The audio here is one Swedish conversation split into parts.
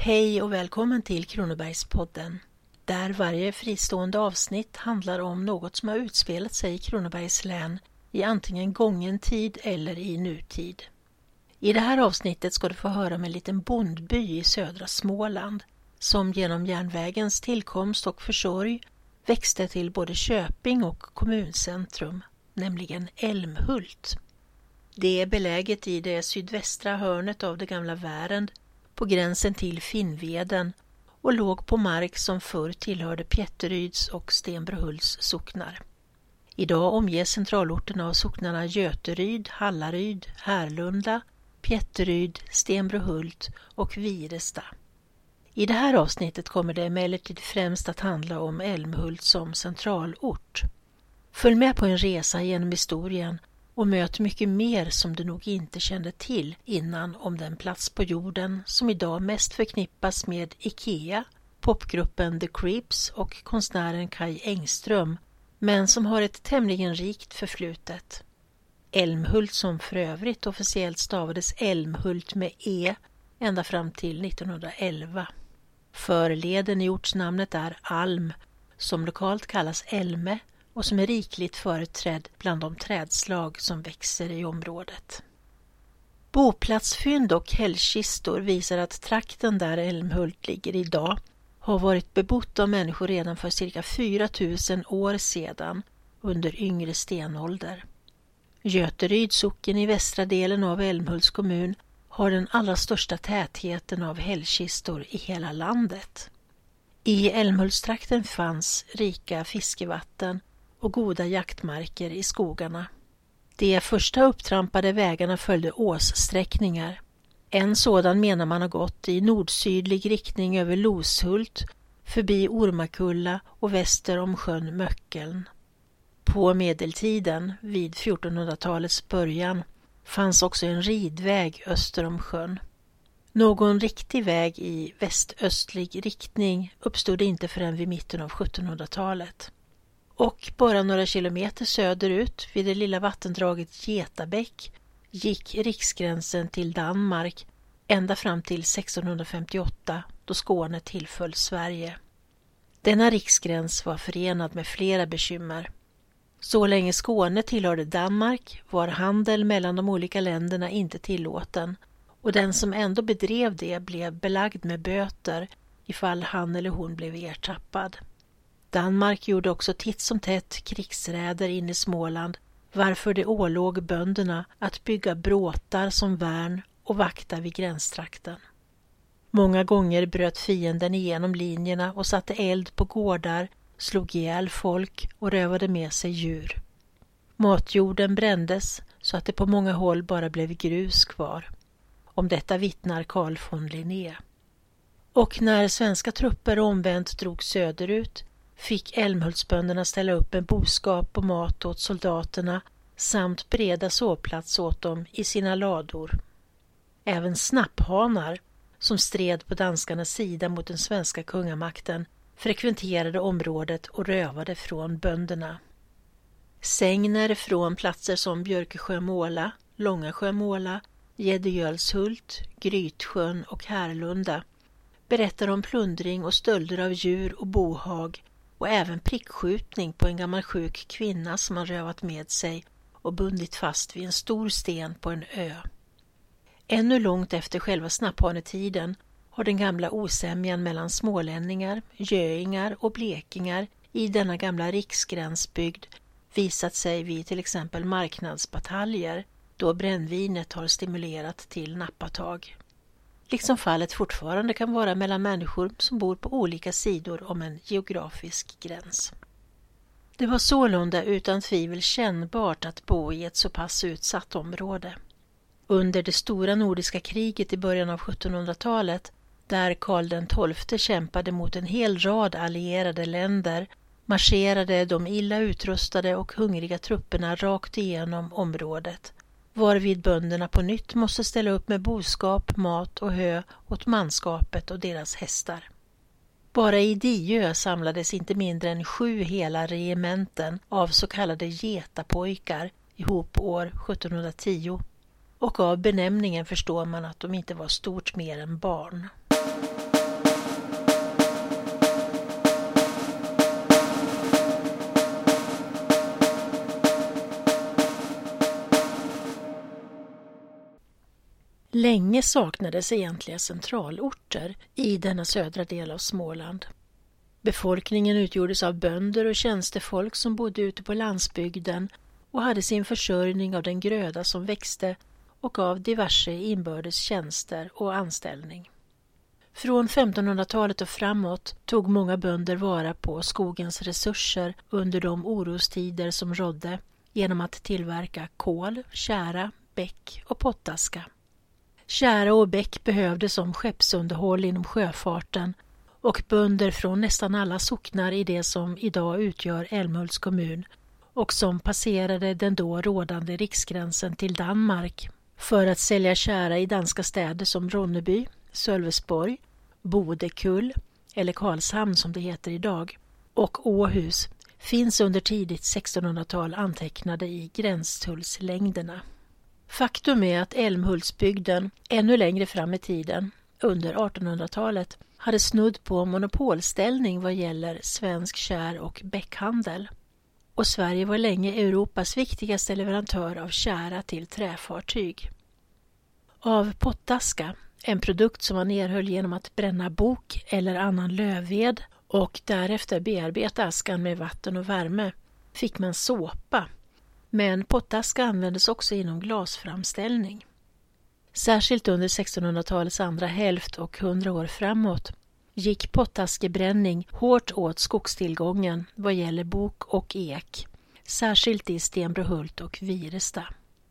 Hej och välkommen till Kronobergspodden, där varje fristående avsnitt handlar om något som har utspelat sig i Kronobergs län i antingen gången tid eller i nutid. I det här avsnittet ska du få höra om en liten bondby i södra Småland som genom järnvägens tillkomst och försorg växte till både köping och kommuncentrum, nämligen Älmhult. Det är beläget i det sydvästra hörnet av det gamla Värend på gränsen till Finnveden och låg på mark som förr tillhörde Pjätteryds och Stenbrohults socknar. Idag omges centralorterna av socknarna Göteryd, Hallaryd, Härlunda, Pjätteryd, Stenbrohult och Viresta. I det här avsnittet kommer det emellertid främst att handla om Älmhult som centralort. Följ med på en resa genom historien och möt mycket mer som du nog inte kände till innan om den plats på jorden som idag mest förknippas med IKEA, popgruppen The Creeps och konstnären Kai Engström, men som har ett tämligen rikt förflutet. Älmhult som för övrigt officiellt stavades Älmhult med E ända fram till 1911. Förleden i ortsnamnet är Alm, som lokalt kallas Älme och som är rikligt företrädd bland de trädslag som växer i området. Boplatsfynd och hällkistor visar att trakten där Älmhult ligger idag har varit bebott av människor redan för cirka 4000 år sedan under yngre stenålder. Göteryd socken i västra delen av Älmhults kommun har den allra största tätheten av hällkistor i hela landet. I Älmhultstrakten fanns rika fiskevatten och goda jaktmarker i skogarna. De första upptrampade vägarna följde åssträckningar. En sådan menar man har gått i nordsydlig riktning över Loshult, förbi Ormakulla och väster om sjön Möckeln. På medeltiden, vid 1400-talets början, fanns också en ridväg öster om sjön. Någon riktig väg i västöstlig riktning uppstod inte förrän vid mitten av 1700-talet. Och bara några kilometer söderut vid det lilla vattendraget Getabäck gick riksgränsen till Danmark ända fram till 1658 då Skåne tillföll Sverige. Denna riksgräns var förenad med flera bekymmer. Så länge Skåne tillhörde Danmark var handel mellan de olika länderna inte tillåten och den som ändå bedrev det blev belagd med böter ifall han eller hon blev ertappad. Danmark gjorde också titt som tätt krigsräder in i Småland, varför det ålåg bönderna att bygga bråtar som värn och vakta vid gränstrakten. Många gånger bröt fienden igenom linjerna och satte eld på gårdar, slog ihjäl folk och rövade med sig djur. Matjorden brändes så att det på många håll bara blev grus kvar. Om detta vittnar Carl von Linné. Och när svenska trupper omvänt drog söderut fick Älmhultsbönderna ställa upp med boskap och mat åt soldaterna samt bereda sovplats åt dem i sina lador. Även snapphanar, som stred på danskarnas sida mot den svenska kungamakten, frekventerade området och rövade från bönderna. Sängner från platser som Björkesjö-Måla, Långasjö-Måla, Gäddegölshult, Grytsjön och Härlunda berättar om plundring och stölder av djur och bohag och även prickskjutning på en gammal sjuk kvinna som har rövat med sig och bundit fast vid en stor sten på en ö. Ännu långt efter själva snapphanetiden har den gamla osämjan mellan smålänningar, göingar och blekingar i denna gamla riksgränsbygd visat sig vid till exempel marknadsbataljer då brännvinet har stimulerat till nappatag. Liksom fallet fortfarande kan vara mellan människor som bor på olika sidor om en geografisk gräns. Det var sålunda utan tvivel kännbart att bo i ett så pass utsatt område. Under det stora nordiska kriget i början av 1700-talet, där Karl XII kämpade mot en hel rad allierade länder, marscherade de illa utrustade och hungriga trupperna rakt igenom området, varvid bönderna på nytt måste ställa upp med boskap, mat och hö åt manskapet och deras hästar. Bara i Diö samlades inte mindre än 7 hela regementen av så kallade getapojkar ihop år 1710, och av benämningen förstår man att de inte var stort mer än barn. Länge saknades egentliga centralorter i denna södra del av Småland. Befolkningen utgjordes av bönder och tjänstefolk som bodde ute på landsbygden och hade sin försörjning av den gröda som växte och av diverse inbördes tjänster och anställning. Från 1500-talet och framåt tog många bönder vara på skogens resurser under de orostider som rådde genom att tillverka kol, tjära, bäck och pottaska. Tjära och bäck behövdes som skeppsunderhåll inom sjöfarten och bönder från nästan alla socknar i det som idag utgör Älmhults kommun och som passerade den då rådande riksgränsen till Danmark för att sälja tjära i danska städer som Ronneby, Sölvesborg, Bodekull eller Karlshamn som det heter idag och Åhus finns under tidigt 1600-tal antecknade i gränstullslängderna. Faktum är att Älmhultsbygden ännu längre fram i tiden, under 1800-talet, hade snudd på monopolställning vad gäller svensk kär- och bäckhandel. Och Sverige var länge Europas viktigaste leverantör av tjära till träfartyg. Av pottaska, en produkt som man erhöll genom att bränna bok eller annan lövved och därefter bearbeta askan med vatten och värme, fick man såpa. Men pottaska användes också inom glasframställning. Särskilt under 1600-talets andra hälft och 100 år framåt gick pottaskebränning hårt åt skogstillgången vad gäller bok och ek, särskilt i Stenbrohult och Viresta.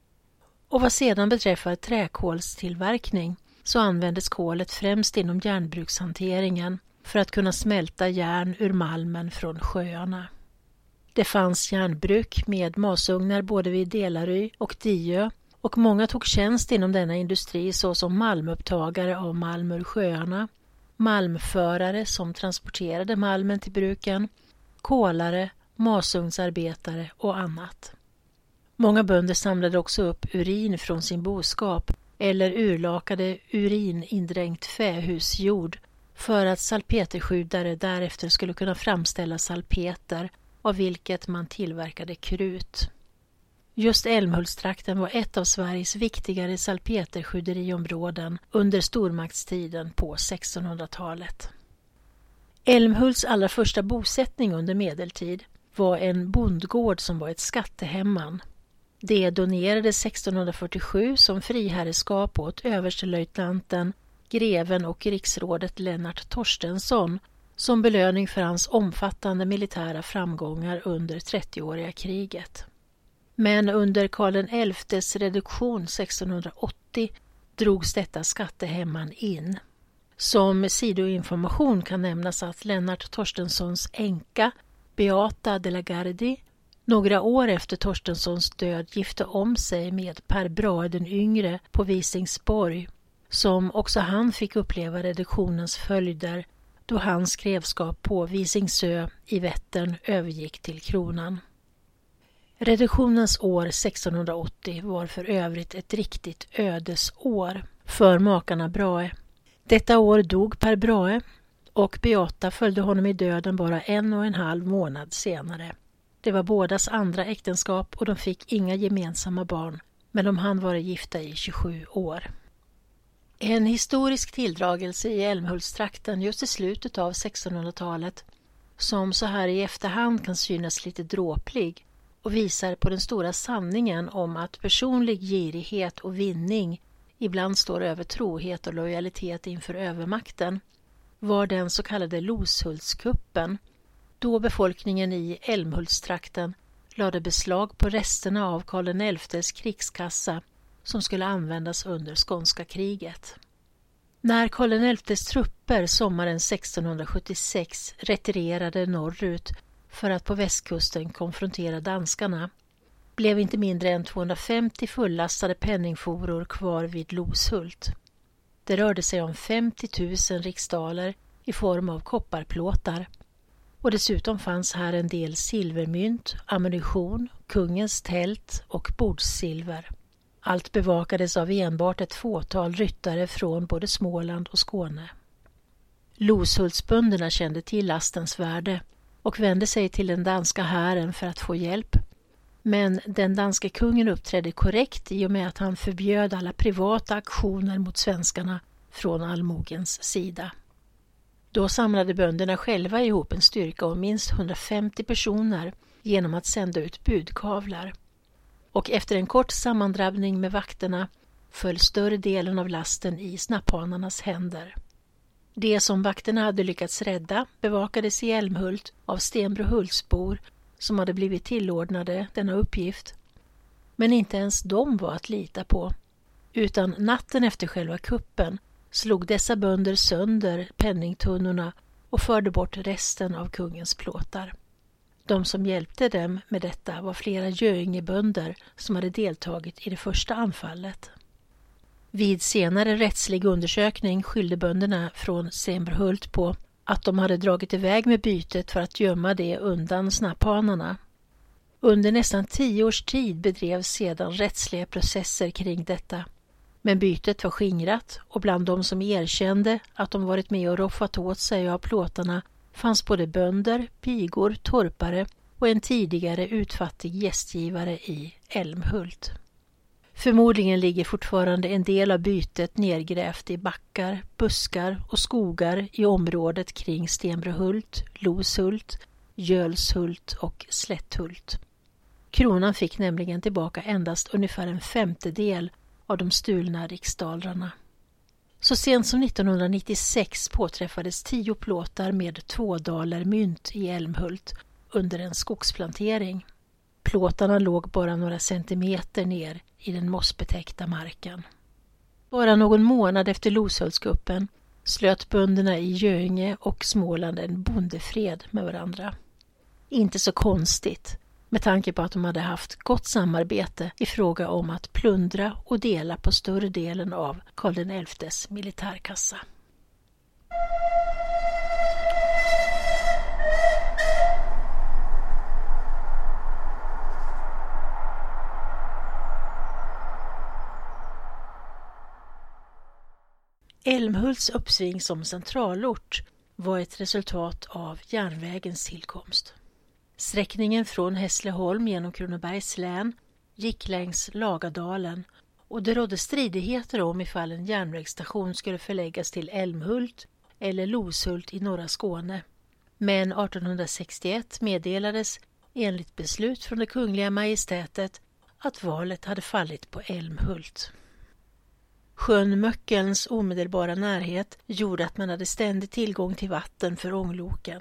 Och vad sedan beträffar träkolstillverkning så användes kolet främst inom järnbrukshanteringen för att kunna smälta järn ur malmen från sjöarna. Det fanns järnbruk med masugnar både vid Delarö och Diö och många tog tjänst inom denna industri såsom malmupptagare av malm ur sjöarna, malmförare som transporterade malmen till bruken, kolare, masugnsarbetare och annat. Många bönder samlade också upp urin från sin boskap eller urlakade urinindränkt fähusjord för att salpeterskjudare därefter skulle kunna framställa salpeter av vilket man tillverkade krut. Just Älmhultstrakten var ett av Sveriges viktigare salpeterskjuderiområden under stormaktstiden på 1600-talet. Älmhults allra första bosättning under medeltid var en bondgård som var ett skattehemman. Det donerades 1647 som friherreskap åt överstelöjtnanten, greven och riksrådet Lennart Torstensson som belöning för hans omfattande militära framgångar under 30-åriga kriget. Men under Karl XI:s reduktion 1680 drogs detta skattehemman in. Som sidoinformation kan nämnas att Lennart Torstenssons änka Beata de la Gardie några år efter Torstenssons död gifte om sig med Per Brahe den yngre på Visingsborg, som också han fick uppleva reduktionens följder då hans grevskap på Visingsö i Vättern övergick till kronan. Reduktionens år 1680 var för övrigt ett riktigt ödesår för makarna Brahe. Detta år dog Per Brahe och Beata följde honom i döden bara 1,5 månad senare. Det var bådas andra äktenskap och de fick inga gemensamma barn, men de hann vara gifta i 27 år. En historisk tilldragelse i Älmhultstrakten just i slutet av 1600-talet som så här i efterhand kan synas lite dråplig och visar på den stora sanningen om att personlig girighet och vinning ibland står över trohet och lojalitet inför övermakten, var den så kallade Loshultskuppen, då befolkningen i Älmhultstrakten lade beslag på resterna av Karl XI:s krigskassa som skulle användas under skånska kriget. När Karl XI:s trupper sommaren 1676 retirerade norrut för att på västkusten konfrontera danskarna blev inte mindre än 250 fullastade penningforor kvar vid Loshult. Det rörde sig om 50 000 riksdaler i form av kopparplåtar. Och dessutom fanns här en del silvermynt, ammunition, kungens tält och bordssilver. Allt bevakades av enbart ett fåtal ryttare från både Småland och Skåne. Loshultsbönderna kände till lastens värde och vände sig till den danska hären för att få hjälp. Men den danske kungen uppträdde korrekt i och med att han förbjöd alla privata aktioner mot svenskarna från allmogens sida. Då samlade bönderna själva ihop en styrka om minst 150 personer genom att sända ut budkavlar. Och efter en kort sammandrabbning med vakterna föll större delen av lasten i snapphanarnas händer. Det som vakterna hade lyckats rädda bevakades i Älmhult av Stenbrohultsbor som hade blivit tillordnade denna uppgift. Men inte ens de var att lita på, utan natten efter själva kuppen slog dessa bönder sönder penningtunnorna och förde bort resten av kungens plåtar. De som hjälpte dem med detta var flera Göingebönder som hade deltagit i det första anfallet. Vid senare rättslig undersökning skyllde bönderna från Stenbrohult på att de hade dragit iväg med bytet för att gömma det undan snapphanarna. Under nästan 10 års tid bedrevs sedan rättsliga processer kring detta. Men bytet var skingrat och bland de som erkände att de varit med och roffat åt sig av plåtarna fanns både bönder, pigor, torpare och en tidigare utfattig gästgivare i Älmhult. Förmodligen ligger fortfarande en del av bytet nedgrävt i backar, buskar och skogar i området kring Stenbrohult, Loshult, Jölshult och Slätthult. Kronan fick nämligen tillbaka endast ungefär en 1/5 av de stulna riksdalerna. Så sent som 1996 påträffades 10 plåtar med 2 daler mynt i Älmhult under en skogsplantering. Plåtarna låg bara några centimeter ner i den mossbetäckta marken. Bara någon månad efter Loshultskuppen slöt bönderna i Göinge och Småland en bondefred med varandra. Inte så konstigt, med tanke på att de hade haft gott samarbete i fråga om att plundra och dela på större delen av Karl XI:s militärkassa. Älmhults uppsving som centralort var ett resultat av järnvägens tillkomst. Sträckningen från Hässleholm genom Kronobergs län gick längs Lagadalen och det rådde stridigheter om ifall en järnvägsstation skulle förläggas till Älmhult eller Loshult i norra Skåne. Men 1861 meddelades enligt beslut från det kungliga majestätet att valet hade fallit på Älmhult. Sjön Möckelns omedelbara närhet gjorde att man hade ständig tillgång till vatten för ångloken.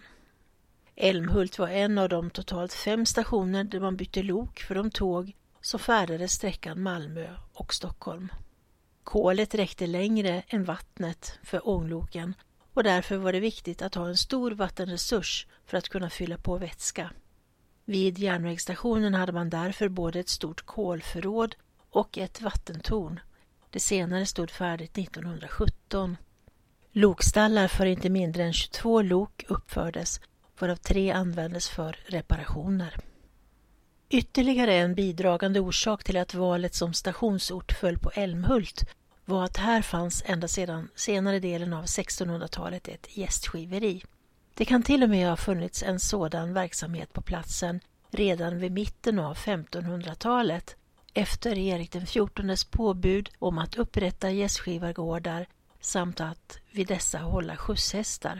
Älmhult var en av de totalt 5 stationer där man bytte lok för de tåg som färdades sträckan Malmö och Stockholm. Kolet räckte längre än vattnet för ångloken och därför var det viktigt att ha en stor vattenresurs för att kunna fylla på vätska. Vid järnvägsstationen hade man därför både ett stort kolförråd och ett vattentorn. Det senare stod färdigt 1917. Lokstallar för inte mindre än 22 lok uppfördes, varav 3 användes för reparationer. Ytterligare en bidragande orsak till att valet som stationsort föll på Älmhult var att här fanns ända sedan senare delen av 1600-talet ett gästgiveri. Det kan till och med ha funnits en sådan verksamhet på platsen redan vid mitten av 1500-talet efter Erik XIV:s påbud om att upprätta gästgivargårdar samt att vid dessa hålla skjutshästar.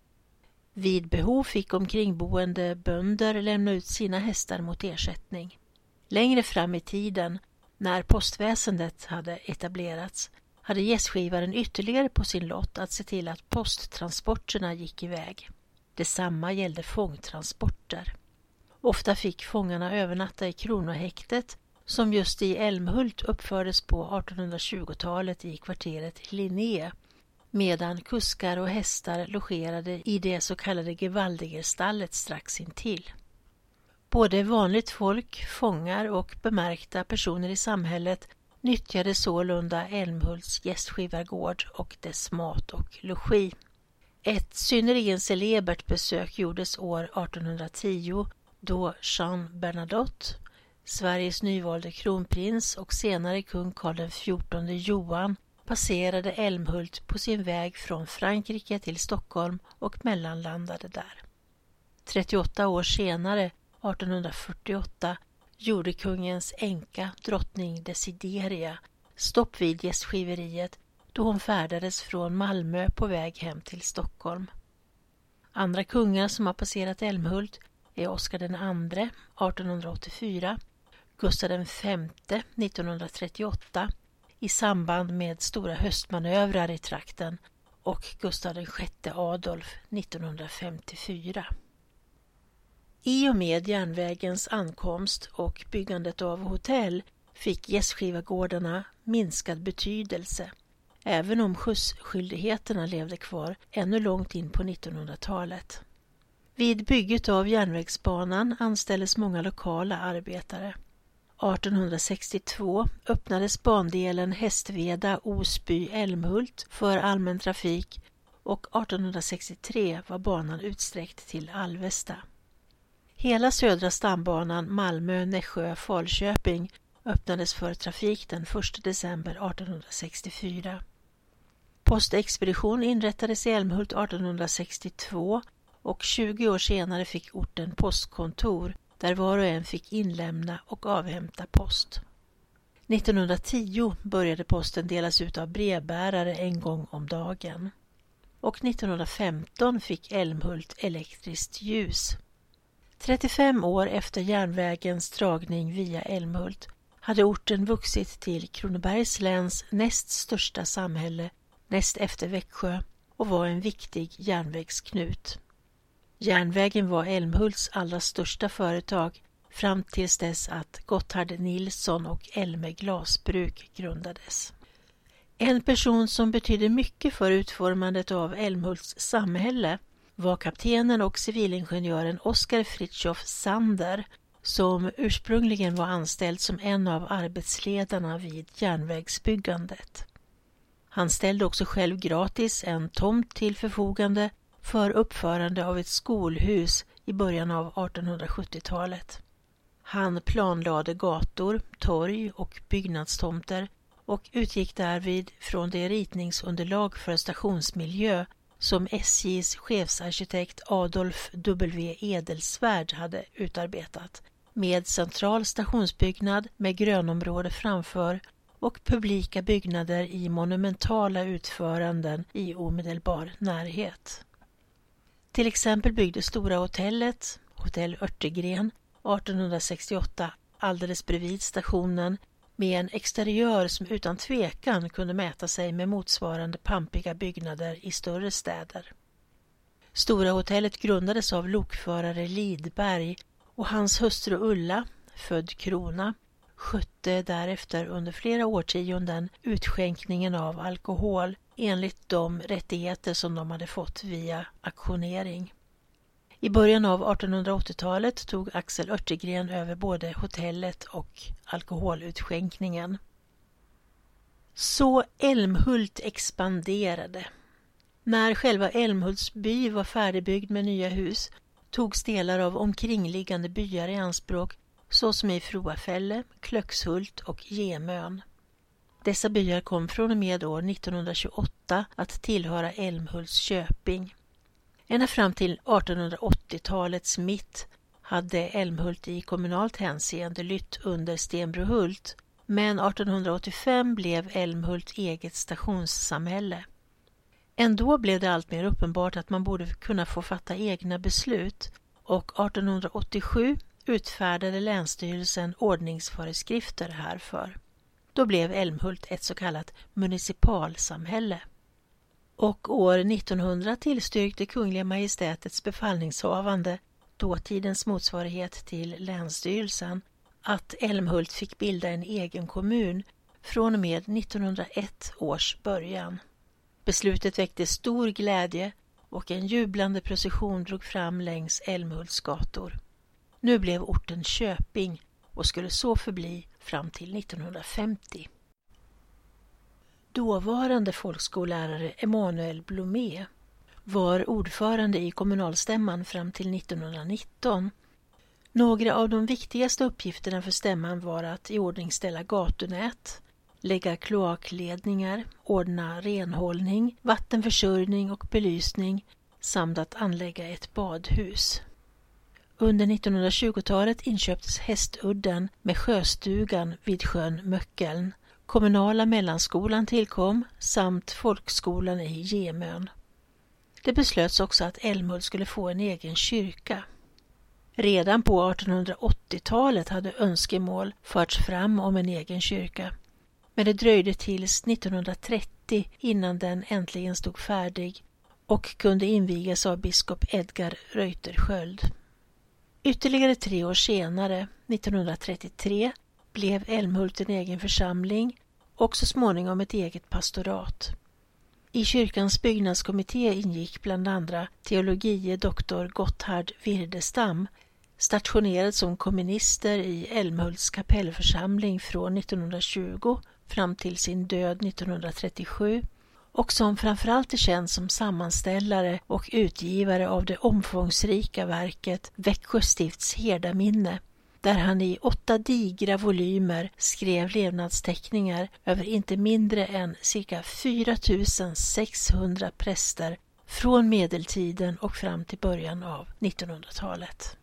Vid behov fick omkringboende bönder lämna ut sina hästar mot ersättning. Längre fram i tiden, när postväsendet hade etablerats, hade gästgivaren ytterligare på sin lott att se till att posttransporterna gick iväg. Detsamma gällde fångtransporter. Ofta fick fångarna övernatta i kronohäktet, som just i Älmhult uppfördes på 1820-talet i kvarteret Linné, medan kuskar och hästar logerade i det så kallade Gevaldigerstallet strax intill. Både vanligt folk, fångar och bemärkta personer i samhället nyttjade sålunda Älmhults gästgivargård och dess mat och logi. Ett synnerligen celebert besök gjordes år 1810 då Jean Bernadotte, Sveriges nyvalde kronprins och senare kung Karl XIV Johan, passerade Älmhult på sin väg från Frankrike till Stockholm och mellanlandade där. 38 år senare, 1848, gjorde kungens änka, drottning Desideria, stopp vid gästgiveriet då hon färdades från Malmö på väg hem till Stockholm. Andra kungar som har passerat Älmhult är Oscar II 1884, Gustav V 1938 i samband med stora höstmanövrar i trakten och Gustav VI Adolf 1954. I och med järnvägens ankomst och byggandet av hotell fick gästgivargårdarna minskad betydelse, även om skjutsskyldigheterna levde kvar ännu långt in på 1900-talet. Vid bygget av järnvägsbanan anställdes många lokala arbetare. 1862 öppnades bandelen Hästveda-Osby-Älmhult för allmän trafik och 1863 var banan utsträckt till Alvesta. Hela södra stambanan Malmö-Nässjö-Falköping öppnades för trafik den 1 december 1864. Postexpedition inrättades i Älmhult 1862 och 20 år senare fick orten postkontor där var och en fick inlämna och avhämta post. 1910 började posten delas ut av brevbärare en gång om dagen. Och 1915 fick Älmhult elektriskt ljus. 35 år efter järnvägens dragning via Älmhult hade orten vuxit till Kronobergs läns näst största samhälle näst efter Växjö och var en viktig järnvägsknut. Järnvägen var Älmhults allra största företag fram tills dess att Gotthard Nilsson och Älme glasbruk grundades. En person som betydde mycket för utformandet av Älmhults samhälle var kaptenen och civilingenjören Oskar Fritiof Sander, som ursprungligen var anställd som en av arbetsledarna vid järnvägsbyggandet. Han ställde också själv gratis en tomt till förfogande för uppförande av ett skolhus i början av 1870-talet. Han planlade gator, torg och byggnadstomter och utgick därvid från det ritningsunderlag för stationsmiljö som SJ:s chefsarkitekt Adolf W. Edelsvärd hade utarbetat, med central stationsbyggnad med grönområde framför och publika byggnader i monumentala utföranden i omedelbar närhet. Till exempel byggdes Stora hotellet, Hotell Örtegren, 1868 alldeles bredvid stationen med en exteriör som utan tvekan kunde mäta sig med motsvarande pampiga byggnader i större städer. Stora hotellet grundades av lokförare Lidberg och hans hustru Ulla, född Krona, skötte därefter under flera årtionden utskänkningen av alkohol enligt de rättigheter som de hade fått via auktionering. I början av 1880-talet tog Axel Örtegren över både hotellet och alkoholutskänkningen. Så Älmhult expanderade. När själva Älmhults by var färdigbyggd med nya hus togs delar av omkringliggande byar i anspråk såsom i Froafälle, Klöckshult och Gemön. Dessa byar kom från och med år 1928 att tillhöra Älmhults köping. Ända fram till 1880-talets mitt hade Älmhult i kommunalt hänseende lytt under Stenbrohult, men 1885 blev Älmhult eget stationssamhälle. Ändå blev det allt mer uppenbart att man borde kunna få fatta egna beslut och 1887 utfärdade Länsstyrelsen ordningsföreskrifter härför. Då blev Älmhult ett så kallat municipalsamhälle. Och år 1900 tillstyrkte Kungliga Majestätets befallningshavande, dåtidens motsvarighet till Länsstyrelsen, att Älmhult fick bilda en egen kommun från och med 1901 års början. Beslutet väckte stor glädje och en jublande procession drog fram längs Älmhults gator. Nu blev orten köping och skulle så förbli fram till 1950. Dåvarande folkskollärare Emanuel Blomé var ordförande i kommunalstämman fram till 1919. Några av de viktigaste uppgifterna för stämman var att iordningställa gatunät, lägga kloakledningar, ordna renhållning, vattenförsörjning och belysning samt att anlägga ett badhus. Under 1920-talet inköptes Hästudden med sjöstugan vid sjön Möckeln. Kommunala mellanskolan tillkom samt folkskolan i Gemön. Det beslöts också att Älmhult skulle få en egen kyrka. Redan på 1880-talet hade önskemål förts fram om en egen kyrka. Men det dröjde tills 1930 innan den äntligen stod färdig och kunde invigas av biskop Edgar Reuterskiöld. Ytterligare 3 år senare, 1933, blev Älmhult en egen församling och så småningom ett eget pastorat. I kyrkans byggnadskommitté ingick bland andra teologie doktor Gotthard Wirdestam, stationerad som komminister i Älmhults kapellförsamling från 1920 fram till sin död 1937 och som framförallt är känd som sammanställare och utgivare av det omfångsrika verket Växjö stifts herdaminne, där han i 8 digra volymer skrev levnadsteckningar över inte mindre än cirka 4600 präster från medeltiden och fram till början av 1900-talet.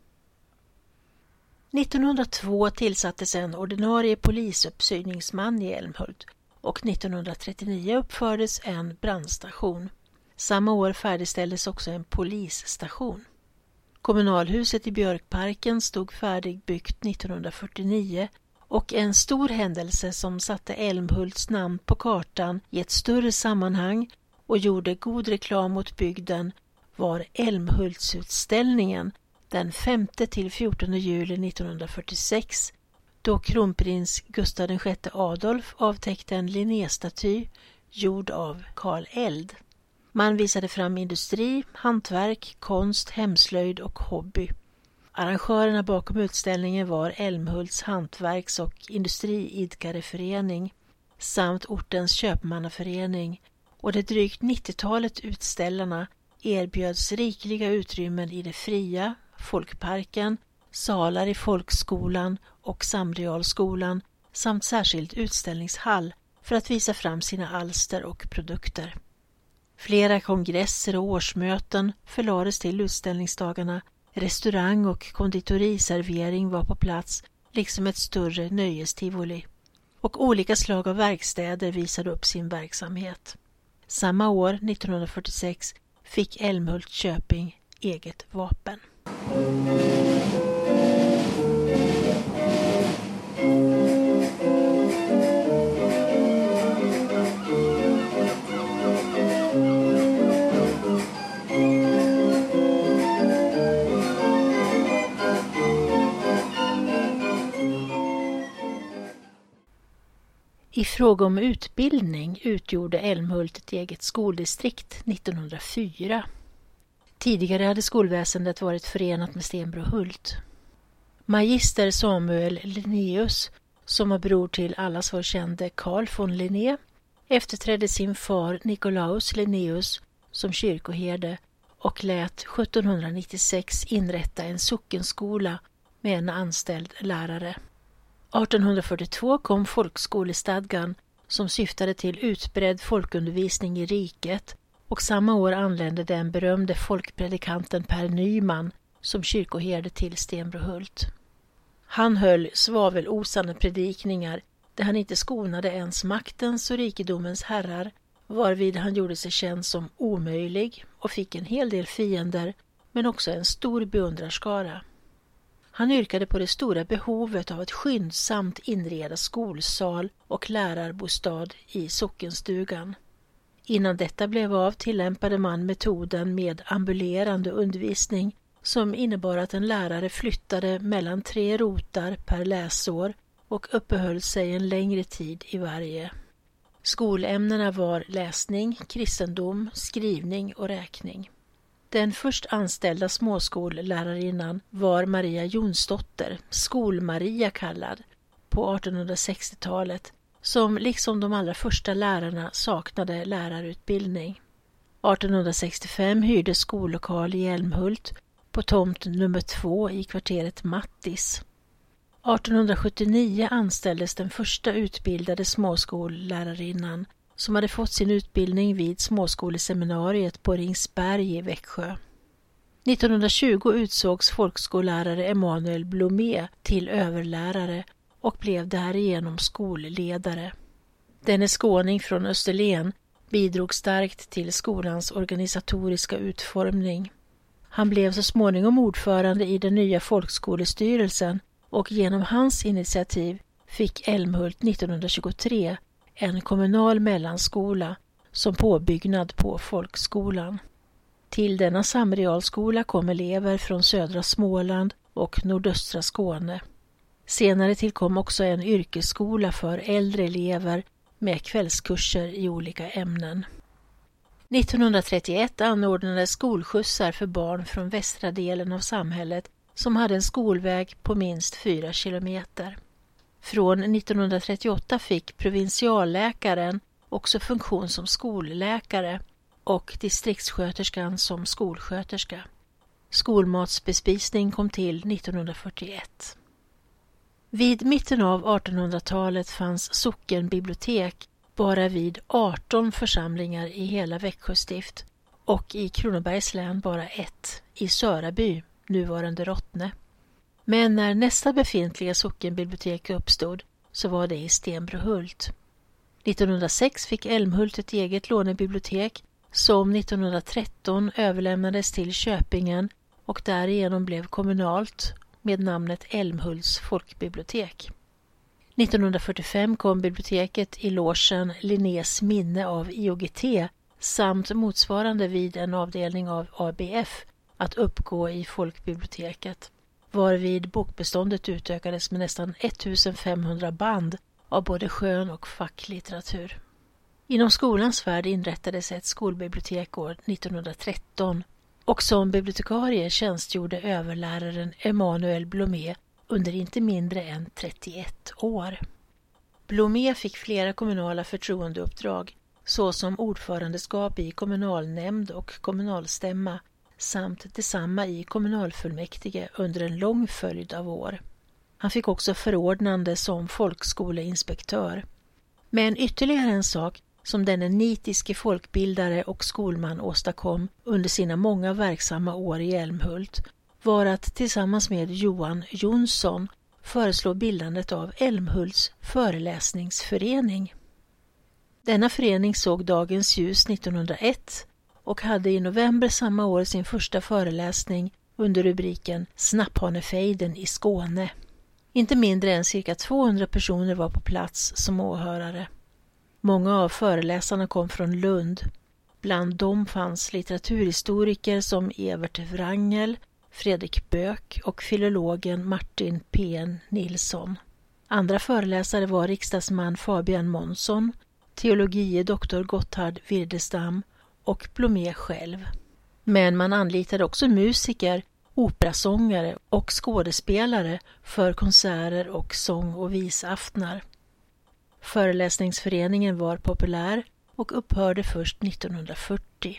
1902 tillsattes en ordinarie polisuppsyningsman i Älmhult och 1939 uppfördes en brandstation. Samma år färdigställdes också en polisstation. Kommunalhuset i Björkparken stod färdigbyggt 1949 och en stor händelse som satte Älmhults namn på kartan i ett större sammanhang och gjorde god reklam åt bygden var Älmhultsutställningen den 5-14 juli 1946 då kronprins Gustav VI Adolf avtäckte en Linnéstaty gjord av Karl Eld. Man visade fram industri, hantverk, konst, hemslöjd och hobby. Arrangörerna bakom utställningen var Älmhults hantverks- och industriidkareförening samt ortens köpmannaförening och det drygt 90-talet utställarna erbjöds rikliga utrymmen i det fria, folkparken, salar i folkskolan och samrealskolan samt särskild utställningshall för att visa fram sina alster och produkter. Flera kongresser och årsmöten förlades till utställningsdagarna, restaurang- och konditoriservering var på plats liksom ett större nöjestivoli. Och olika slag av verkstäder visade upp sin verksamhet. Samma år, 1946, fick Älmhult köping eget vapen. I fråga om utbildning utgjorde Älmhult ett eget skoldistrikt 1904. Tidigare hade skolväsendet varit förenat med Stenbrohult. Magister Samuel Linnaeus, som var bror till allas vår kände Carl von Linné, efterträdde sin far Nikolaus Linnaeus som kyrkoherde och lät 1796 inrätta en sockenskola med en anställd lärare. 1842 kom folkskolestadgan som syftade till utbredd folkundervisning i riket och samma år anlände den berömde folkpredikanten Per Nyman som kyrkoherde till Stenbrohult. Han höll svavelosande predikningar där han inte skonade ens maktens och rikedomens herrar, varvid han gjorde sig känd som omöjlig och fick en hel del fiender men också en stor beundrarskara. Han yrkade på det stora behovet av att skyndsamt inreda skolsal och lärarbostad i sockenstugan. Innan detta blev av tillämpade man metoden med ambulerande undervisning som innebar att en lärare flyttade mellan 3 rotar per läsår och uppehöll sig en längre tid i varje. Skolämnena var läsning, kristendom, skrivning och räkning. Den först anställda småskollärarinnan var Maria Jonsdotter, Skol-Maria kallad, på 1860-talet, som liksom de allra första lärarna saknade lärarutbildning. 1865 hyrdes skollokal i Älmhult på tomt nummer 2 i kvarteret Mattis. 1879 anställdes den första utbildade småskollärarinnan som hade fått sin utbildning vid småskoleseminariet på Ringsberg i Växjö. 1920 utsågs folkskollärare Emanuel Blomé till överlärare och blev därigenom skolledare. Denne skåning från Österlen bidrog starkt till skolans organisatoriska utformning. Han blev så småningom ordförande i den nya folkskolestyrelsen och genom hans initiativ fick Älmhult 1923 en kommunal mellanskola som påbyggnad på folkskolan. Till denna samrealskola kom elever från södra Småland och nordöstra Skåne. Senare tillkom också en yrkesskola för äldre elever med kvällskurser i olika ämnen. 1931 anordnades skolskjutsar för barn från västra delen av samhället som hade en skolväg på minst 4 kilometer. Från 1938 fick provinsialläkaren också funktion som skolläkare och distriktssköterskan som skolsköterska. Skolmatsbespisning kom till 1941. Vid mitten av 1800-talet fanns sockenbibliotek bara vid 18 församlingar i hela Växjö stift och i Kronobergs län bara ett, i Söraby, nuvarande Rottne. Men när nästa befintliga sockenbibliotek uppstod så var det i Stenbrohult. 1906 fick Älmhult ett eget lånebibliotek som 1913 överlämnades till Köpingen och därigenom blev kommunalt med namnet Älmhults folkbibliotek. 1945 kom biblioteket i logen Linnés minne av IOGT samt motsvarande vid en avdelning av ABF att uppgå i folkbiblioteket, varvid bokbeståndet utökades med nästan 1500 band av både skön- och facklitteratur. Inom skolans värld inrättades ett skolbibliotek år 1913 och som bibliotekarie tjänstgjorde överläraren Emanuel Blomé under inte mindre än 31 år. Blomé fick flera kommunala förtroendeuppdrag såsom ordförandeskap i kommunalnämnd och kommunalstämma samt detsamma i kommunalfullmäktige under en lång följd av år. Han fick också förordnande som folkskoleinspektör. Men ytterligare en sak som denne nitiske folkbildare och skolman åstadkom under sina många verksamma år i Älmhult var att tillsammans med Johan Jonsson föreslå bildandet av Älmhults föreläsningsförening. Denna förening såg dagens ljus 1901 och hade i november samma år sin första föreläsning under rubriken Snapphanefejden i Skåne. Inte mindre än cirka 200 personer var på plats som åhörare. Många av föreläsarna kom från Lund. Bland dem fanns litteraturhistoriker som Evert Wrangel, Fredrik Böck och filologen Martin P.N. Nilsson. Andra föreläsare var riksdagsman Fabian Månsson, teologie doktor Gotthard Wirdestam och Blomé själv. Men man anlitade också musiker, operasångare och skådespelare för konserter och sång- och visaftnar. Föreläsningsföreningen var populär och upphörde först 1940.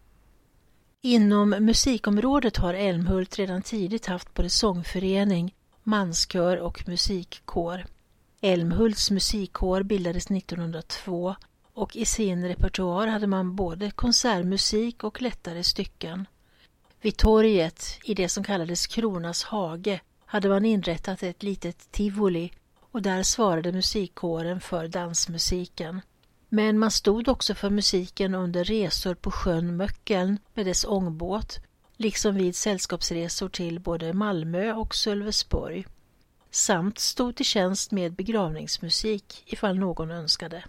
Inom musikområdet har Älmhult redan tidigt haft både sångförening, manskör och musikkår. Älmhults musikkår bildades 1902 och i sin repertoar hade man både konsertmusik och lättare stycken. Vid torget, i det som kallades Kronas hage, hade man inrättat ett litet tivoli och där svarade musikkåren för dansmusiken. Men man stod också för musiken under resor på sjön Möckeln med dess ångbåt, liksom vid sällskapsresor till både Malmö och Sölvesborg, samt stod till tjänst med begravningsmusik ifall någon önskade.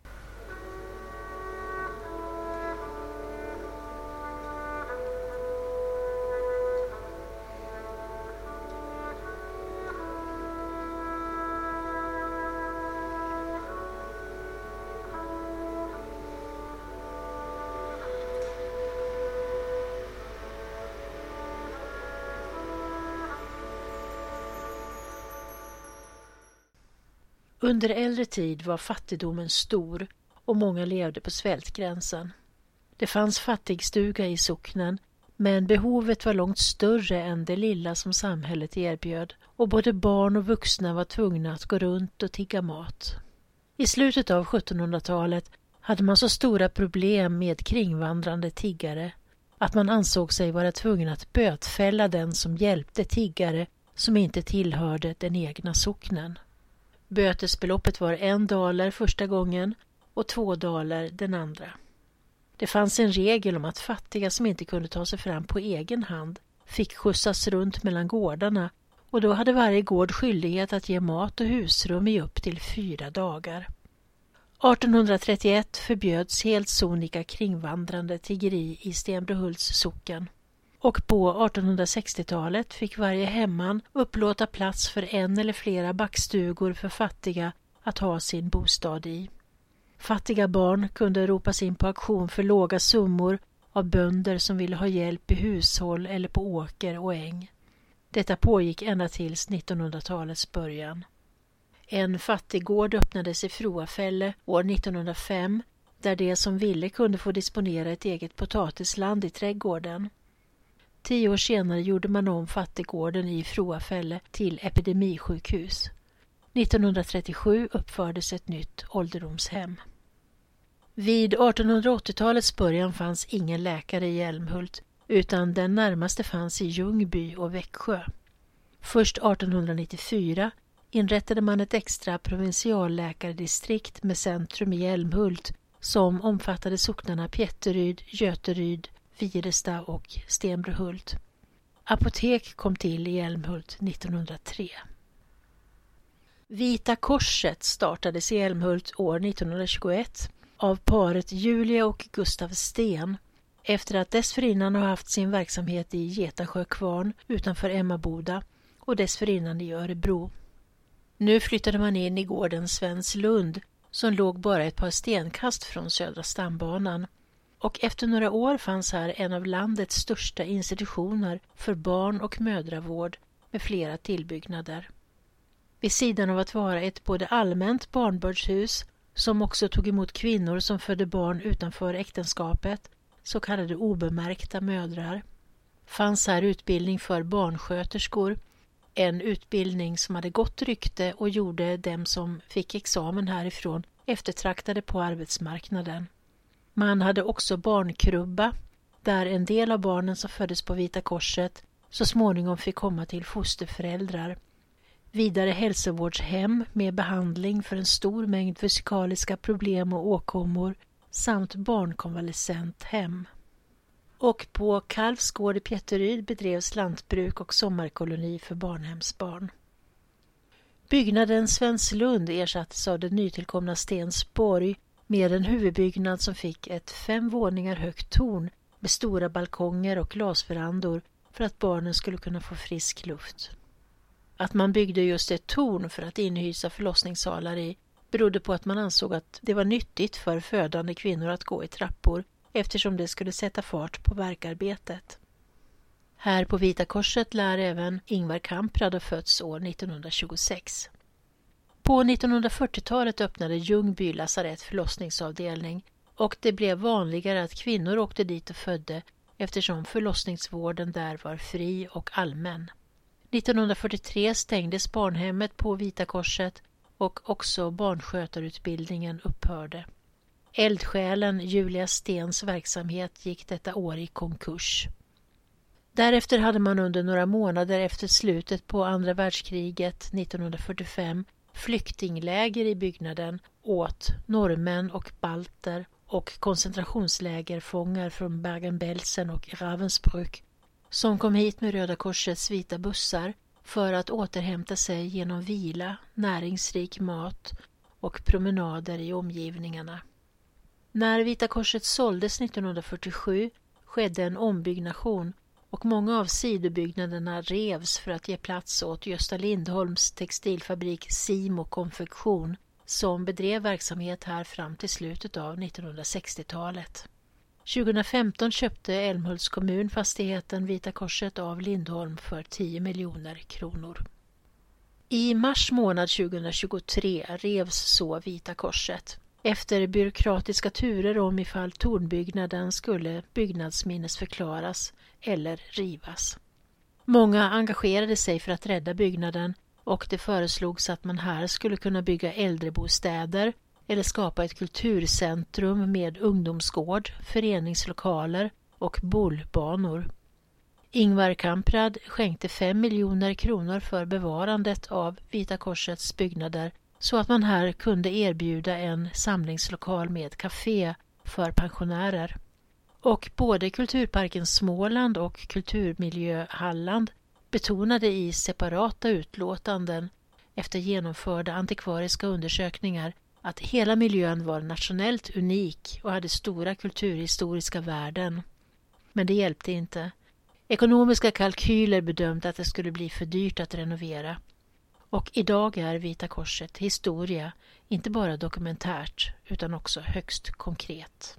Under äldre tid var fattigdomen stor och många levde på svältgränsen. Det fanns fattigstuga i socknen, men behovet var långt större än det lilla som samhället erbjöd och både barn och vuxna var tvungna att gå runt och tigga mat. I slutet av 1700-talet hade man så stora problem med kringvandrande tiggare att man ansåg sig vara tvungen att bötfälla den som hjälpte tiggare som inte tillhörde den egna socknen. Bötesbeloppet var 1 daler första gången och 2 daler den andra. Det fanns en regel om att fattiga som inte kunde ta sig fram på egen hand fick skjutsas runt mellan gårdarna, och då hade varje gård skyldighet att ge mat och husrum i upp till 4 dagar. 1831 förbjöds helt sonika kringvandrande tiggeri i Stenbrohults socken. Och på 1860-talet fick varje hemman upplåta plats för 1 eller flera backstugor för fattiga att ha sin bostad i. Fattiga barn kunde ropas in på auktion för låga summor av bönder som ville ha hjälp i hushåll eller på åker och äng. Detta pågick ända tills 1900-talets början. En fattiggård öppnades i Froafälle år 1905, där de som ville kunde få disponera ett eget potatisland i trädgården. 10 år senare gjorde man om fattiggården i Froafälle till epidemisjukhus. 1937 uppfördes ett nytt ålderdomshem. Vid 1880-talets början fanns ingen läkare i Älmhult, utan den närmaste fanns i Ljungby och Växjö. Först 1894 inrättade man ett extra provinsialläkardistrikt med centrum i Älmhult som omfattade socknarna Pjätteryd, Göteryd, Viresta och Stenbrohult. Apotek kom till i Älmhult 1903. Vita korset startades i Älmhult år 1921 av paret Julia och Gustav Sten, efter att dessförinnan ha haft sin verksamhet i Getasjö kvarn utanför Emmaboda och dessförinnan i Örebro. Nu flyttade man in i gården Svenslund, som låg bara ett par stenkast från Södra stambanan, och efter några år fanns här en av landets största institutioner för barn- och mödravård med flera tillbyggnader. Vid sidan av att vara ett både allmänt barnbördshus som också tog emot kvinnor som födde barn utanför äktenskapet, så kallade obemärkta mödrar, fanns här utbildning för barnsköterskor, en utbildning som hade gott rykte och gjorde dem som fick examen härifrån eftertraktade på arbetsmarknaden. Man hade också barnkrubba, där en del av barnen som föddes på Vita korset så småningom fick komma till fosterföräldrar. Vidare hälsovårdshem med behandling för en stor mängd fysikaliska problem och åkommor samt barnkonvalescenthem. Och på Kalvsgård i Pjätteryd bedrevs lantbruk och sommarkoloni för barnhemsbarn. Byggnaden Svenslund ersattes av det nytillkomna Stensborg med en huvudbyggnad som fick ett 5 våningar högt torn med stora balkonger och glasverandor för att barnen skulle kunna få frisk luft. Att man byggde just ett torn för att inhysa förlossningssalar i berodde på att man ansåg att det var nyttigt för födande kvinnor att gå i trappor, eftersom det skulle sätta fart på verkarbetet. Här på Vita korset lär även Ingvar Kamprad ha fötts år 1926. På 1940-talet öppnade Ljungby lasarett förlossningsavdelning, och det blev vanligare att kvinnor åkte dit och födde eftersom förlossningsvården där var fri och allmän. 1943 stängdes barnhemmet på Vita korset och också barnskötarutbildningen upphörde. Eldsjälen Julia Stens verksamhet gick detta år i konkurs. Därefter hade man under några månader efter slutet på andra världskriget 1945 flyktingläger i byggnaden åt norrmän och balter och koncentrationslägerfångar från Bergen-Belsen och Ravensbrück som kom hit med Röda korsets vita bussar för att återhämta sig genom vila, näringsrik mat och promenader i omgivningarna. När Vita korset såldes 1947 skedde en ombyggnation och många av sidobyggnaderna revs för att ge plats åt Gösta Lindholms textilfabrik Simo Konfektion som bedrev verksamhet här fram till slutet av 1960-talet. 2015 köpte Älmhults kommun fastigheten Vita korset av Lindholm för 10 miljoner kronor. I mars månad 2023 revs så Vita korset. Efter byråkratiska turer om ifall tornbyggnaden skulle byggnadsminnesförklaras eller rivas. Många engagerade sig för att rädda byggnaden och det föreslogs att man här skulle kunna bygga äldrebostäder eller skapa ett kulturcentrum med ungdomsgård, föreningslokaler och bollbanor. Ingvar Kamprad skänkte 5 miljoner kronor för bevarandet av Vita Korsets byggnader så att man här kunde erbjuda en samlingslokal med café för pensionärer. Och både Kulturparken Småland och Kulturmiljö Halland betonade i separata utlåtanden efter genomförda antikvariska undersökningar att hela miljön var nationellt unik och hade stora kulturhistoriska värden. Men det hjälpte inte. Ekonomiska kalkyler bedömde att det skulle bli för dyrt att renovera. Och idag är Vita Korset historia, inte bara dokumentärt utan också högst konkret.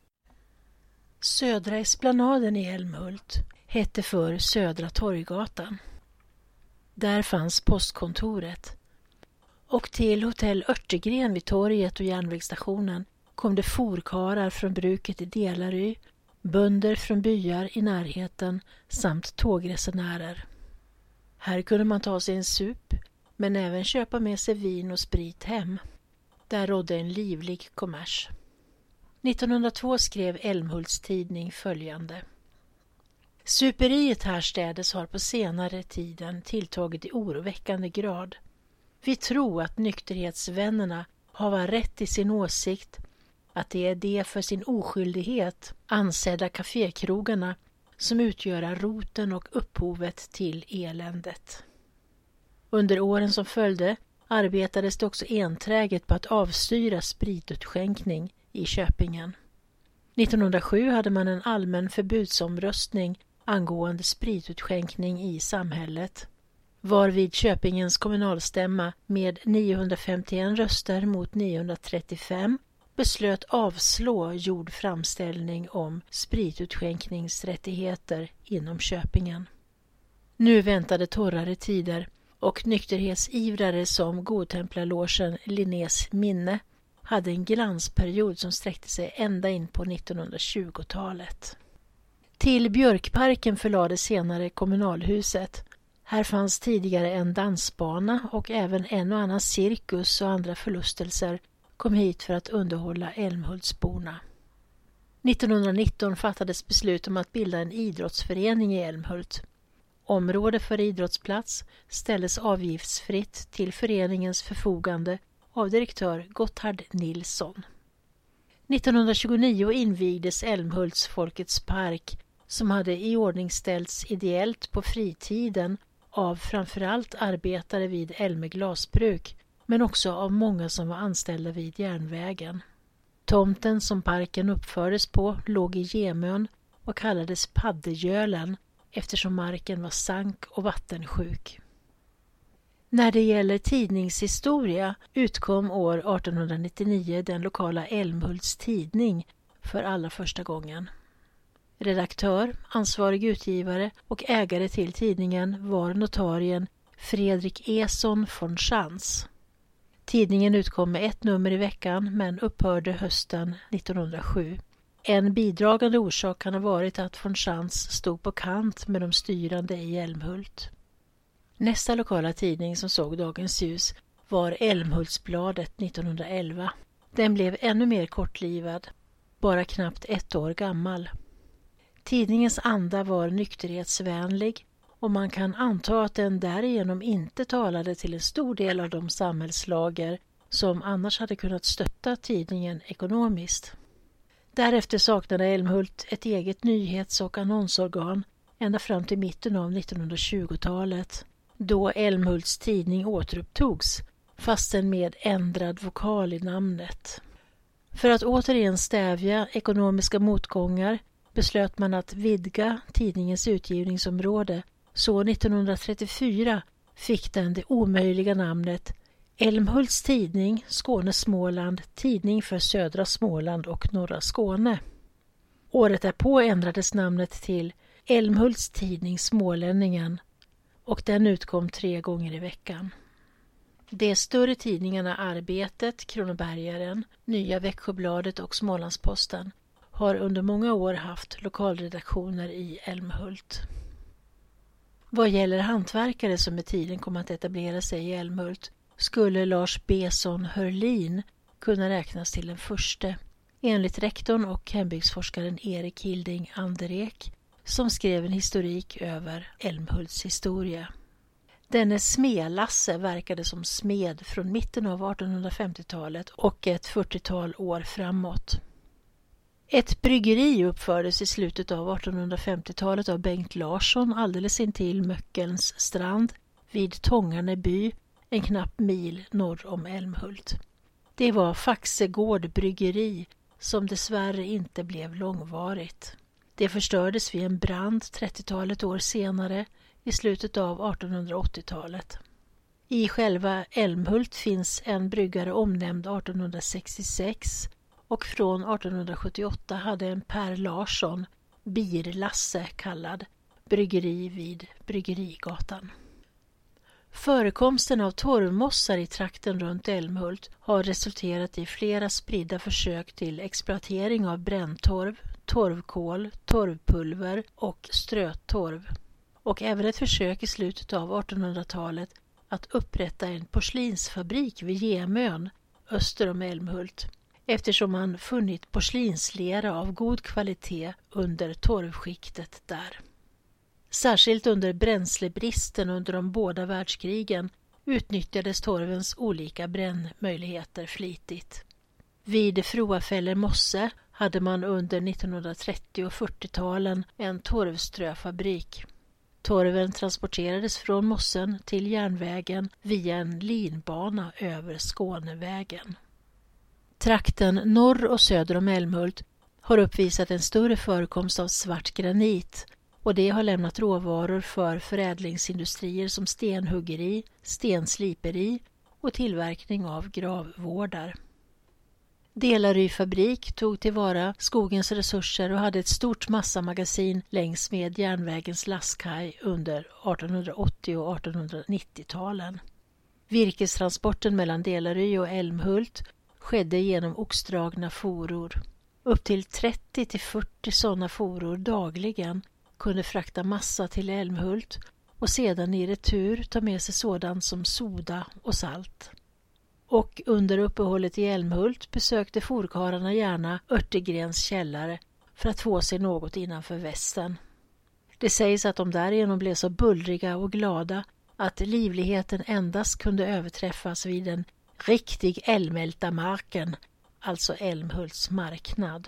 Södra Esplanaden i Älmhult hette för Södra Torggatan. Där fanns postkontoret. Och till hotell Örtegren vid torget och järnvägsstationen kom det forkarar från bruket i Delarö, bönder från byar i närheten samt tågresenärer. Här kunde man ta sig en sup, men även köpa med sig vin och sprit hem. Där rådde en livlig kommers. 1902 skrev Älmhults tidning följande. Superiet härstädes har på senare tiden tilltagit i oroväckande grad. Vi tror att nykterhetsvännerna har rätt i sin åsikt att det är de för sin oskyldighet ansedda kafékrogarna som utgör roten och upphovet till eländet. Under åren som följde arbetades det också enträget på att avstyra spritutskänkning i Köpingen. 1907 hade man en allmän förbudsomröstning angående spritutskänkning i samhället, varvid Köpingens kommunalstämma med 951 röster mot 935 beslöt avslå gjord framställning om spritutskänkningsrättigheter inom Köpingen. Nu väntade torrare tider och nykterhetsivrare som Godtemplarlogen Linnés minne hade en glansperiod som sträckte sig ända in på 1920-talet. Till Björkparken förlades senare kommunalhuset. Här fanns tidigare en dansbana och även en och annan cirkus och andra förlustelser kom hit för att underhålla Älmhultsborna. 1919 fattades beslut om att bilda en idrottsförening i Älmhult. Område för idrottsplats ställdes avgiftsfritt till föreningens förfogande av direktör Gotthard Nilsson. 1929 invigdes Älmhults Folkets park som hade iordningställts ideellt på fritiden av framförallt arbetare vid Älme glasbruk men också av många som var anställda vid järnvägen. Tomten som parken uppfördes på låg i Gemön och kallades Paddegölen eftersom marken var sank- och vattensjuk. När det gäller tidningshistoria utkom år 1899 den lokala Älmhults tidning för allra första gången. Redaktör, ansvarig utgivare och ägare till tidningen var notarien Fredrik Eson von Schantz. Tidningen utkom med 1 nummer i veckan men upphörde hösten 1907. En bidragande orsak kan ha varit att von Schantz stod på kant med de styrande i Älmhult. Nästa lokala tidning som såg dagens ljus var Älmhultsbladet 1911. Den blev ännu mer kortlivad, bara knappt 1 år gammal. Tidningens anda var nykterhetsvänlig och man kan anta att den därigenom inte talade till en stor del av de samhällslager som annars hade kunnat stötta tidningen ekonomiskt. Därefter saknade Älmhult ett eget nyhets- och annonsorgan ända fram till mitten av 1920-talet, då Älmhults tidning återupptogs, fastän med ändrad vokal i namnet. För att återigen stävja ekonomiska motgångar beslöt man att vidga tidningens utgivningsområde, så 1934 fick den det omöjliga namnet Älmhults tidning Skåne-Småland, tidning för södra Småland och norra Skåne. Året därpå ändrades namnet till Älmhults tidning Smålänningen och den utkom 3 gånger i veckan. De större tidningarna Arbetet, Kronobergaren, Nya Växjöbladet och Smålandsposten har under många år haft lokalredaktioner i Älmhult. Vad gäller hantverkare som med tiden kom att etablera sig i Älmhult skulle Lars Besson Hörlin kunna räknas till den förste. enligt rektorn och hembygdsforskaren Erik Hilding Anderek, som skrev en historik över Älmhults historia. Denne Smedlasse verkade som smed från mitten av 1850-talet och ett 40-tal år framåt. Ett bryggeri uppfördes i slutet av 1850-talet av Bengt Larsson alldeles intill Möckelns strand vid Tångarne by, en knapp mil norr om Älmhult. Det var Faxegård bryggeri som dessvärre inte blev långvarigt. Det förstördes vid en brand 30-talet år senare i slutet av 1880-talet. I själva Älmhult finns en bryggare omnämnd 1866 och från 1878 hade en Per Larsson, Bir-Lasse kallad, bryggeri vid Bryggerigatan. Förekomsten av torvmossar i trakten runt Älmhult har resulterat i flera spridda försök till exploatering av bränntorv, torvkol, torvpulver och strötorv. Och även ett försök i slutet av 1800-talet att upprätta en porslinsfabrik vid Gemön öster om Älmhult, eftersom man funnit porslinslera av god kvalitet under torvskiktet där. Särskilt under bränslebristen under de båda världskrigen utnyttjades torvens olika brännmöjligheter flitigt. Vid Froafäller mosse hade man under 1930- och 40-talen en torvströfabrik. Torven transporterades från mossen till järnvägen via en linbana över Skånevägen. Trakten norr och söder om Älmhult har uppvisat en större förekomst av svart granit, och det har lämnat råvaror för förädlingsindustrier som stenhuggeri, stensliperi och tillverkning av gravvårdar. Delaryd fabrik tog tillvara skogens resurser och hade ett stort massamagasin längs med järnvägens lastkaj under 1880- och 1890-talen. Virkestransporten mellan Delaryd och Älmhult skedde genom oxdragna foror. Upp till 30-40 sådana foror dagligen kunde frakta massa till Älmhult och sedan i retur ta med sig sådant som soda och salt. Och under uppehållet i Älmhult besökte forkararna gärna Örtegrens källare för att få sig något innanför västen. Det sägs att de därigenom blev så bullriga och glada att livligheten endast kunde överträffas vid en riktig Älmältamarken, alltså Älmhults marknad.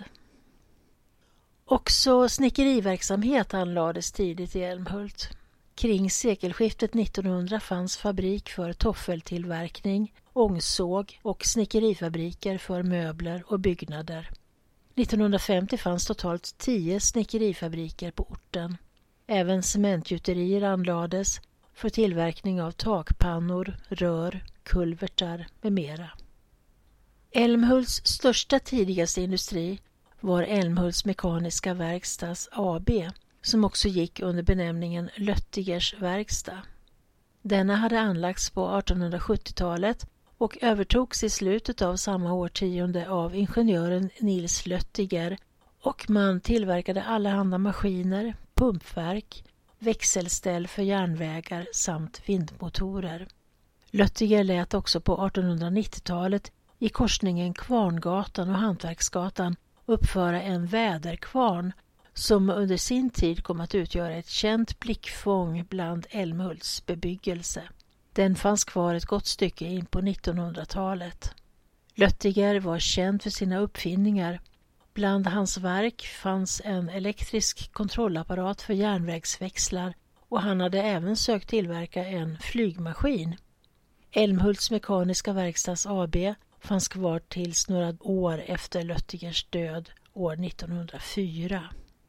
Också snickeriverksamhet anlades tidigt i Älmhult. Kring sekelskiftet 1900 fanns fabrik för toffeltillverkning, ångsåg och snickerifabriker för möbler och byggnader. 1950 fanns totalt 10 snickerifabriker på orten. Även cementgjuterier anlades för tillverkning av takpannor, rör, kulvertar med mera. Älmhults största tidigaste industri var Älmhults Mekaniska Verkstads AB, som också gick under benämningen Löttigers verkstad. Denna hade anlagts på 1870-talet och övertogs i slutet av samma årtionde av ingenjören Nils Löttiger, och man tillverkade allehanda maskiner, pumpverk, växelställ för järnvägar samt vindmotorer. Löttiger lät också på 1890-talet i korsningen Kvarngatan och Hantverksgatan uppföra en väderkvarn som under sin tid kom att utgöra ett känt blickfång bland Älmhults bebyggelse. Den fanns kvar ett gott stycke in på 1900-talet. Löttiger var känd för sina uppfinningar. Bland hans verk fanns en elektrisk kontrollapparat för järnvägsväxlar, och han hade även sökt tillverka en flygmaskin. Älmhults Mekaniska Verkstads AB fanns kvar tills några år efter Löttigers död år 1904.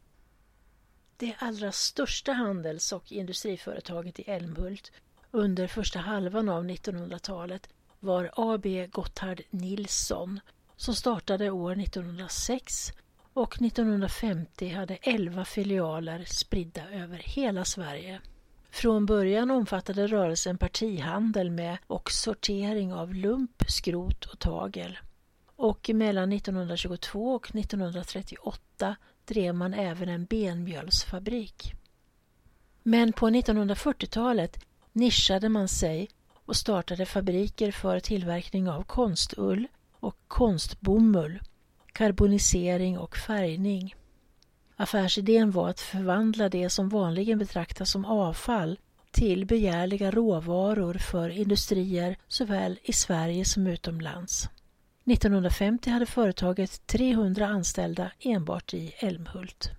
Det allra största handels- och industriföretaget i Älmhult under första halvan av 1900-talet var AB Gotthard Nilsson, som startade år 1906 och 1950 hade 11 filialer spridda över hela Sverige. Från början omfattade rörelsen partihandel med och sortering av lump, skrot och tagel. Och mellan 1922 och 1938 drev man även en benmjölsfabrik. Men på 1940-talet nischade man sig och startade fabriker för tillverkning av konstull och konstbomull, karbonisering och färgning. Affärsidén var att förvandla det som vanligen betraktas som avfall till begärliga råvaror för industrier såväl i Sverige som utomlands. 1950 hade företaget 300 anställda enbart i Älmhult.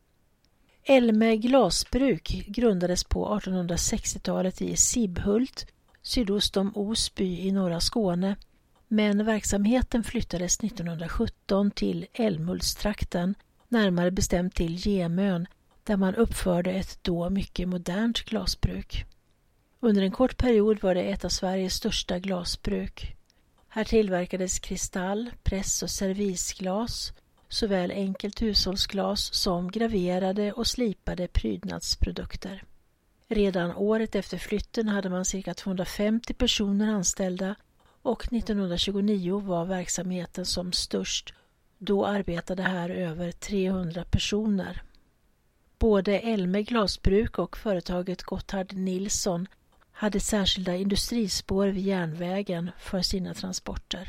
Elme glasbruk grundades på 1860-talet i Sibbhult, sydost om Osby i norra Skåne, men verksamheten flyttades 1917 till Älmhultstrakten, närmare bestämt till Gemön, där man uppförde ett då mycket modernt glasbruk. Under en kort period var det ett av Sveriges största glasbruk. Här tillverkades kristall, press- och servisglas, såväl enkelt hushållsglas som graverade och slipade prydnadsprodukter. Redan året efter flytten hade man cirka 250 personer anställda och 1929 var verksamheten som störst. Då arbetade här över 300 personer. Både Elme glasbruk och företaget Gotthard Nilsson hade särskilda industrispår vid järnvägen för sina transporter.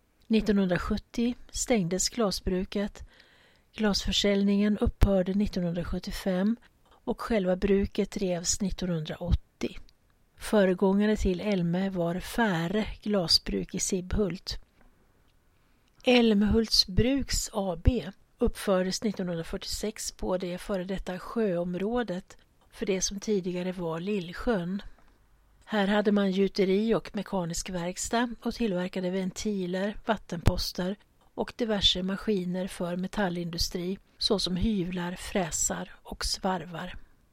1970 stängdes glasbruket, glasförsäljningen upphörde 1975 och själva bruket revs 1980. Föregångare till Elme var Färre glasbruk i Sibbhult. Älmhults Bruks AB uppfördes 1946 på det före detta sjöområdet för det som tidigare var Lillsjön. Här hade man gjuteri och mekanisk verkstad och tillverkade ventiler, vattenposter och diverse maskiner för metallindustri såsom hyvlar, fräsar och svarvar.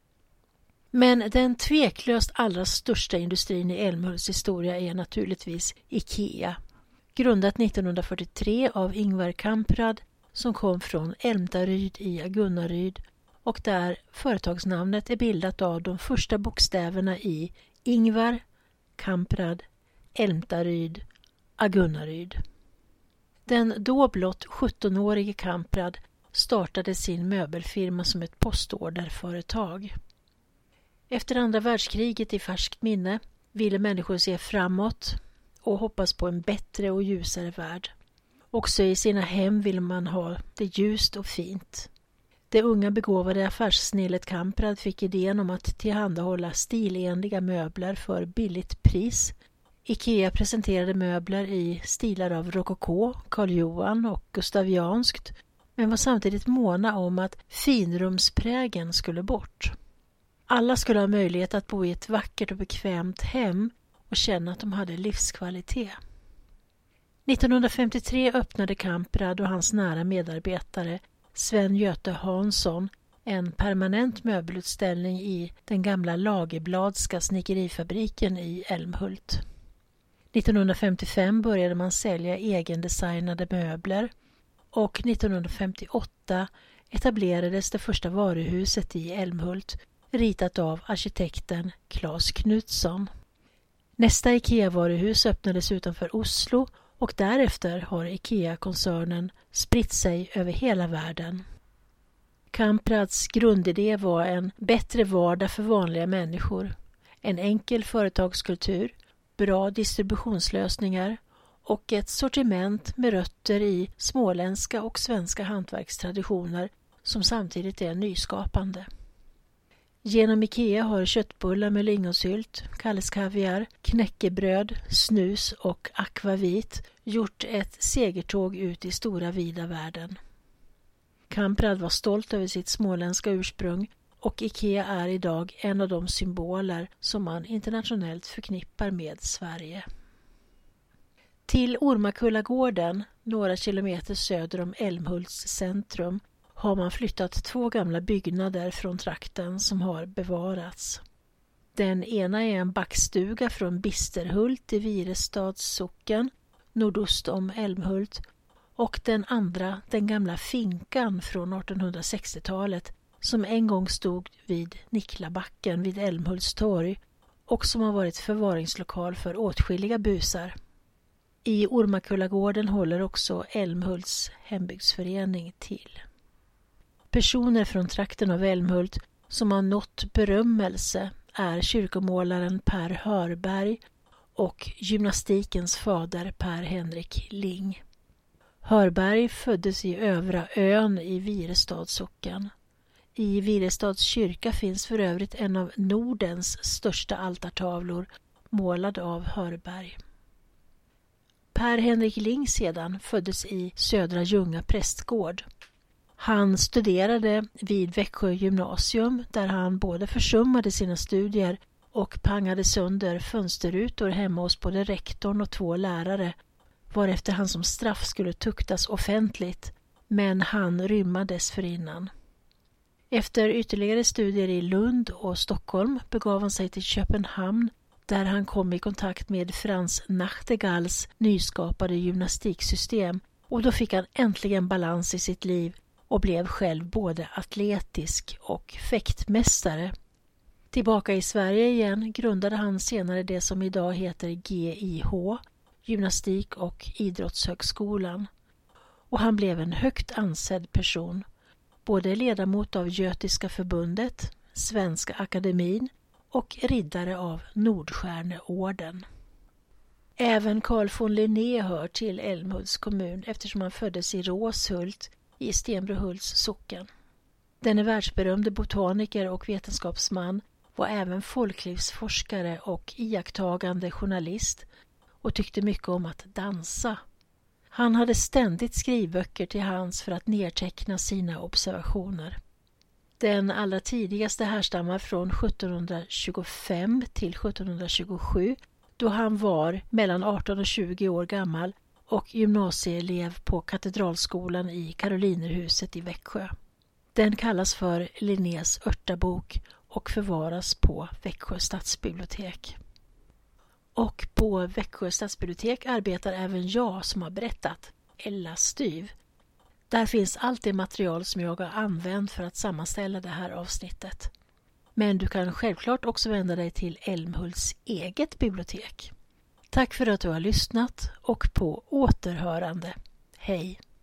Men den tveklöst allra största industrin i Älmhults historia är naturligtvis IKEA. Grundat 1943 av Ingvar Kamprad som kom från Älmtaryd i Agunnaryd och där företagsnamnet är bildat av de första bokstäverna i Ingvar, Kamprad, Älmtaryd, Agunnaryd. Den då blott 17-årige Kamprad startade sin möbelfirma som ett postorderföretag. Efter andra världskriget i färskt minne ville människor se framåt och hoppas på en bättre och ljusare värld. Också i sina hem ville man ha det ljust och fint. Det unga begåvade affärssnillet Kamprad fick idén om att tillhandahålla stilenliga möbler för billigt pris. IKEA presenterade möbler i stilar av rokoko, Karl Johan och gustavianskt, men var samtidigt måna om att finrumsprägen skulle bort. Alla skulle ha möjlighet att bo i ett vackert och bekvämt hem och känna att de hade livskvalitet. 1953 öppnade Kamprad och hans nära medarbetare Sven Göte Hansson en permanent möbelutställning i den gamla Lagerbladska snickerifabriken i Älmhult. 1955 började man sälja egendesignade möbler och 1958 etablerades det första varuhuset i Älmhult, ritat av arkitekten Claes Knutsson. Nästa IKEA-varuhus öppnades utanför Oslo och därefter har IKEA-koncernen spritt sig över hela världen. Kamprads grundidé var en bättre vardag för vanliga människor, en enkel företagskultur, bra distributionslösningar och ett sortiment med rötter i småländska och svenska hantverkstraditioner som samtidigt är nyskapande. Genom IKEA har köttbullar med lingonsylt, Kalles kaviar, knäckebröd, snus och akvavit gjort ett segertåg ut i stora vida världen. Kamprad var stolt över sitt småländska ursprung och IKEA är idag en av de symboler som man internationellt förknippar med Sverige. Till Ormakullagården, några kilometer söder om Älmhults centrum, har man flyttat 2 gamla byggnader från trakten som har bevarats. Den ena är en backstuga från Bisterhult i Virestads socken, nordost om Älmhult, och den andra den gamla finkan från 1860-talet som en gång stod vid Niklabacken vid Älmhults torg och som har varit förvaringslokal för åtskilliga busar. I Ormakullagården håller också Älmhults hembygdsförening till. Personer från trakten av Älmhult som har nått berömmelse är kyrkomålaren Per Hörberg och gymnastikens fader Per Henrik Ling. Hörberg föddes i Övra ön i Virestads socken. I Virestads kyrka finns för övrigt en av Nordens största altartavlor målad av Hörberg. Per Henrik Ling sedan föddes i Södra Ljunga prästgård. Han studerade vid Växjö gymnasium där han både försummade sina studier och pangade sönder fönsterrutor hemma hos både rektorn och 2 lärare, varefter han som straff skulle tuktas offentligt, men han rymmade dessförinnan. Efter ytterligare studier i Lund och Stockholm begav han sig till Köpenhamn där han kom i kontakt med Frans Nachtigalls nyskapade gymnastiksystem, och då fick han äntligen balans i sitt liv och blev själv både atletisk och fäktmästare. Tillbaka i Sverige igen grundade han senare det som idag heter GIH, Gymnastik- och idrottshögskolan, och han blev en högt ansedd person, både ledamot av Götiska förbundet, Svenska akademin och riddare av Nordstjärneorden. Även Carl von Linné hör till Älmhults kommun eftersom han föddes i Råshult i Stenbrohults socken. Denne världsberömde botaniker och vetenskapsman var även folklivsforskare och iakttagande journalist och tyckte mycket om att dansa. Han hade ständigt skrivböcker till hands för att nedteckna sina observationer. Den allra tidigaste härstammar från 1725 till 1727 då han var mellan 18 och 20 år gammal och gymnasieelev på Katedralskolan i Karolinerhuset i Växjö. Den kallas för Linnés örtabok och förvaras på Växjö stadsbibliotek. Och på Växjö stadsbibliotek arbetar även jag som har berättat, Ella Styv. Där finns allt det material som jag har använt för att sammanställa det här avsnittet. Men du kan självklart också vända dig till Älmhults eget bibliotek. Tack för att du har lyssnat och på återhörande. Hej!